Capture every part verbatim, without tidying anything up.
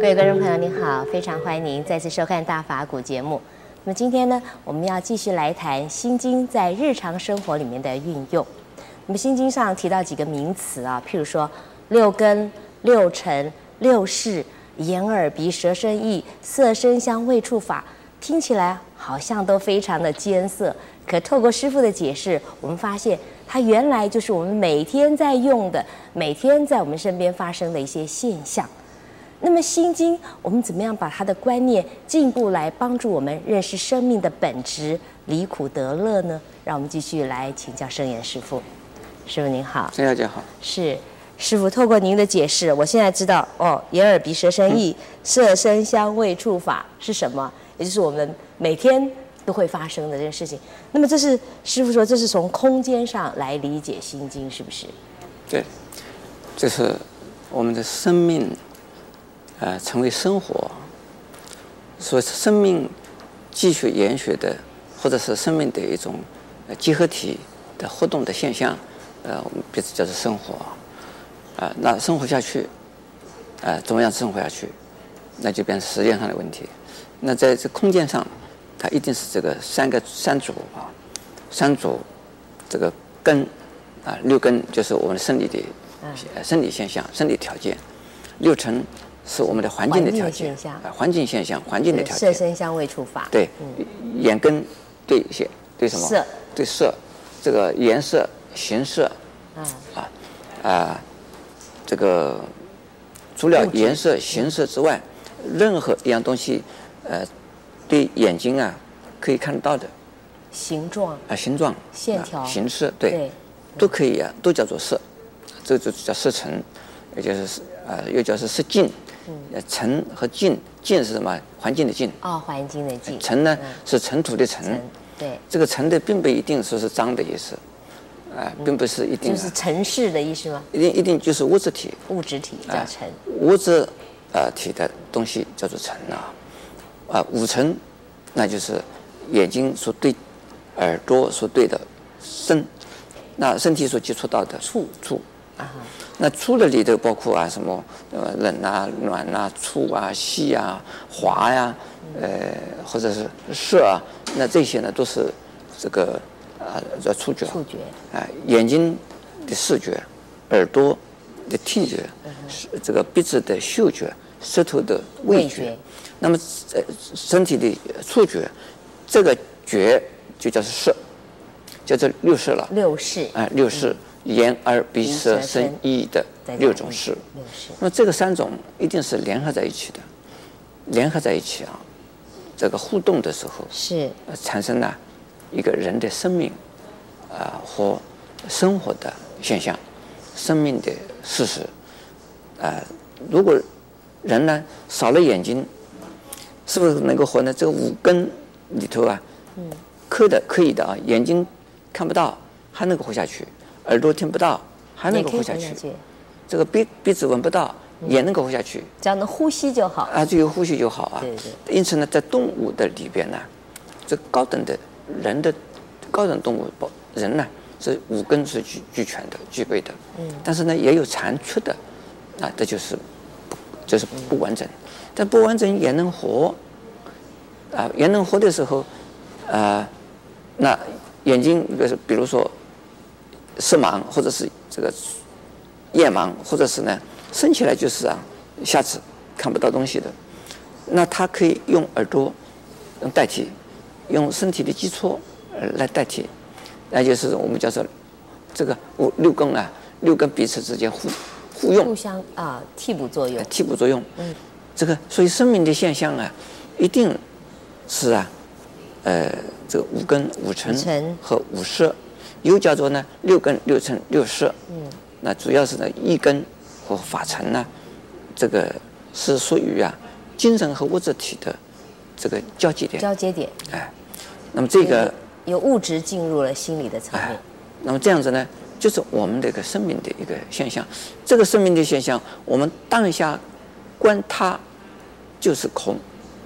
各位观众朋友，您好，非常欢迎您再次收看《大法古》节目。那么今天呢，我们要继续来谈《心经》在日常生活里面的运用。那么《心经》上提到几个名词啊，譬如说六根、六尘、六识、眼耳鼻舌身意、色声香味触法，听起来好像都非常的艰涩。可透过师父的解释，我们发现它原来就是我们每天在用的，每天在我们身边发生的一些现象。那么《心经》，我们怎么样把它的观念进一步来帮助我们认识生命的本质，离苦得乐呢？让我们继续来请教圣严师父。师父您好。 陈小姐好。 是师父，透过您的解释，我现在知道哦，眼耳鼻舌身意、嗯、色声香味触法是什么，也就是我们每天都会发生的这件事情。那么这是师父说，这是从空间上来理解《心经》，是不是？ 对，这是我们的生命。呃，成为生活，所以生命继续延续的，或者是生命的一种呃结合体的活动的现象，呃，我们彼此叫做生活。啊、呃，那生活下去，呃，怎么样生活下去，那就变成时间上的问题。那在这空间上，它一定是这个三个三组啊，三组这个根啊，六根就是我们生理的呃生理现象、生理条件，六尘。是我们的环境的条件，啊，环境现象、环境的条件。 色声香味触法。 对，嗯、眼根对些对什么？ 色。 对色，这个颜色、形色，嗯、啊啊，这个除了颜色、形色之外，任何一样东西，呃，对眼睛啊可以看得到的形状啊，形状、 线条、 啊、形式，对，对都可以啊，都叫做色，这就叫色尘，也就是啊、呃，又叫是色境。嗯，尘和境，境是什么？环境的境。 哦，环境的境。 尘呢、 嗯、 是尘土的尘。 对。这个尘的并不一定说是脏的意思，啊、呃，并不是一定、啊。 就是尘世的意思吗？ 一定一定就是物质体。 物质体叫尘。 呃、物质呃体的东西叫做尘啊，啊、呃，五尘，那就是眼睛所对，耳朵所对的身，那身体所接触到的触触。 啊， 那触的里头包括啊什么呃冷啊暖啊触啊细啊滑呀、啊、呃或者是色啊，那这些呢都是这个啊叫触觉。 触觉啊，眼睛的视觉，耳朵的听觉，嗯、这个鼻子的嗅觉，舌头的味觉。味觉那么呃身体的触觉，这个觉就叫做色，叫做六识了。 六识啊，六识。嗯眼耳鼻舌身意的六种识，那么这个三种一定是联合在一起的，联合在一起啊，这个互动的时候是、 呃、产生了一个人的生命啊、呃、和生活的现象，生命的事实啊、呃。如果人呢少了眼睛，是不是能够活呢？这个五根里头啊，嗯，可的可以的啊，眼睛看不到还能够活下去。耳朵听不到，还能够活下去；这个鼻鼻子闻不到，嗯、也能够活下去。 只要能呼吸就好啊，只有呼吸就好啊。 对对。 因此呢，在动物的里边呢，这高等的人的高等动物人呢，是五根是具俱全的、具备的。嗯。但是呢，也有残缺的，啊，这就是就是不完整。嗯、但不完整也能活，啊，也能活的时候，啊，那眼睛就是比如说。色盲，或者是这个夜盲，或者是呢生起来就是啊瞎子看不到东西的，那他可以用耳朵用代替，用身体的基础呃来代替，那就是我们叫做这个六根啊，六根彼此之间互互用， 互相啊替补作用， 替补作用。 嗯， 这个所以生命的现象啊，一定是啊呃这个五根五尘和五识。又叫做呢六根六尘六识，嗯，那主要是呢意根和法尘呢，这个是属于啊精神和物质体的这个交接点。 交接点， 哎，那么这个有物质进入了心理的层面、哎。 那么这样子呢，就是我们这个生命的一个现象。这个生命的现象，我们当下观它就是空。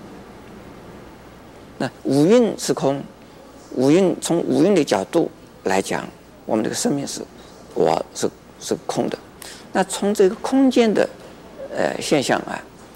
那五蕴是空，五蕴从五蕴的角度来讲，我们这个生命是，我是是空的。那从这个空间的呃现象啊，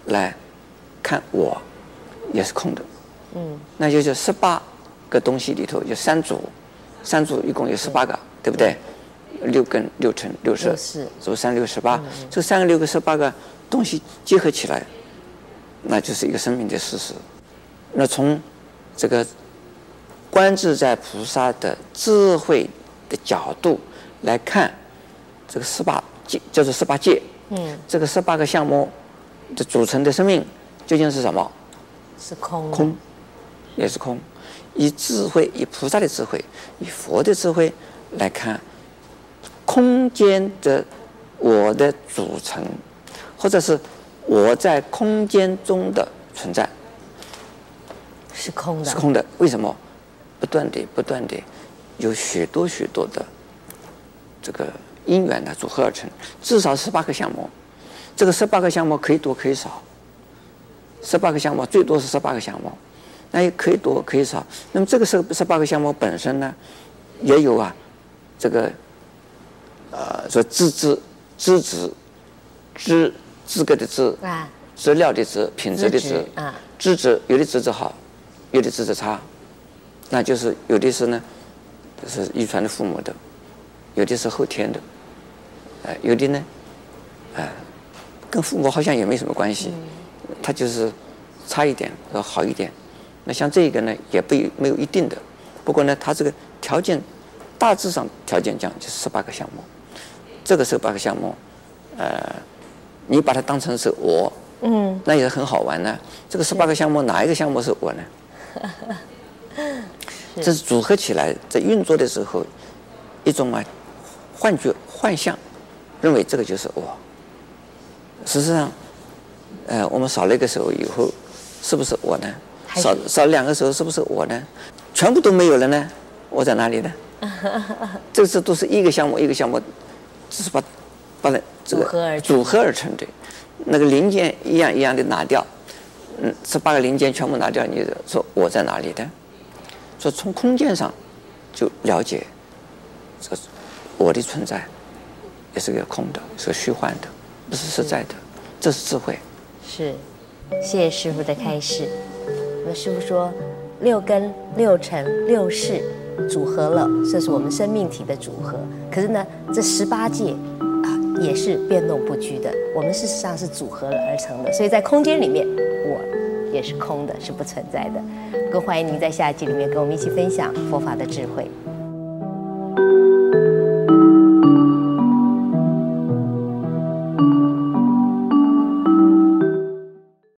来看我，也是空的。嗯，那就是十八个东西里头有三组，三组一共有十八个，对不对？六根六尘六识，是不是三六十八？这三个六个十八个东西结合起来，那就是一个生命的事实。那从这个观自在菩萨的智慧的角度来看，这个十八界叫做十八界。嗯，这个十八个相目的组成的生命究竟是什么？ 是空。 空，也是空。以智慧，以菩萨的智慧，以佛的智慧来看。空间的我的组成，或者是我在空间中的存在， 是空的。 是空的。为什么？不断的、不断的，有许多许多的这个因缘的组合而成，至少十八个项目。这个十八个项目可以多可以少，十八个项目最多是十八个项目，那也可以多可以少。那么这个十十八个项目本身呢，也有啊，这个。呃，说资质、资质、资资格的资啊，资料的资，品质的质啊，资质有的资质好，有的资质差，那就是有的是呢，是遗传的父母的，有的是后天的，呃，有的呢，呃，跟父母好像也没什么关系，嗯、他就是差一点和好一点。那像这个呢，也不没有一定的，不过呢，他这个条件大致上条件讲就是十八个项目。这个十八个项目，呃，你把它当成是我，嗯，那也很好玩呢。这个十八个项目哪一个项目是我呢？这是组合起来，在运作的时候，一种啊幻觉、幻象，认为这个就是我。事实上，呃，我们少了一个手以后，是不是我呢？少少两个手是不是我呢？全部都没有了呢？我在哪里呢？这是都是一个项目一个项目。只是把把它这个组合而成的，那个零件一样一样的拿掉，嗯，十八个零件全部拿掉，你说我在哪里呢？说从空间上就了解，这我的存在也是个空的，是个虚幻的，不是实在的，这是智慧。 是，谢谢师父的开示。那师父说，六根、六尘、六识。组合了，这是我们生命体的组合。可是呢，这十八界啊也是变动不居的，我们事实上是组合了而成的。所以在空间里面，我也是空的，是不存在的。更欢迎您在下集里面跟我们一起分享佛法的智慧。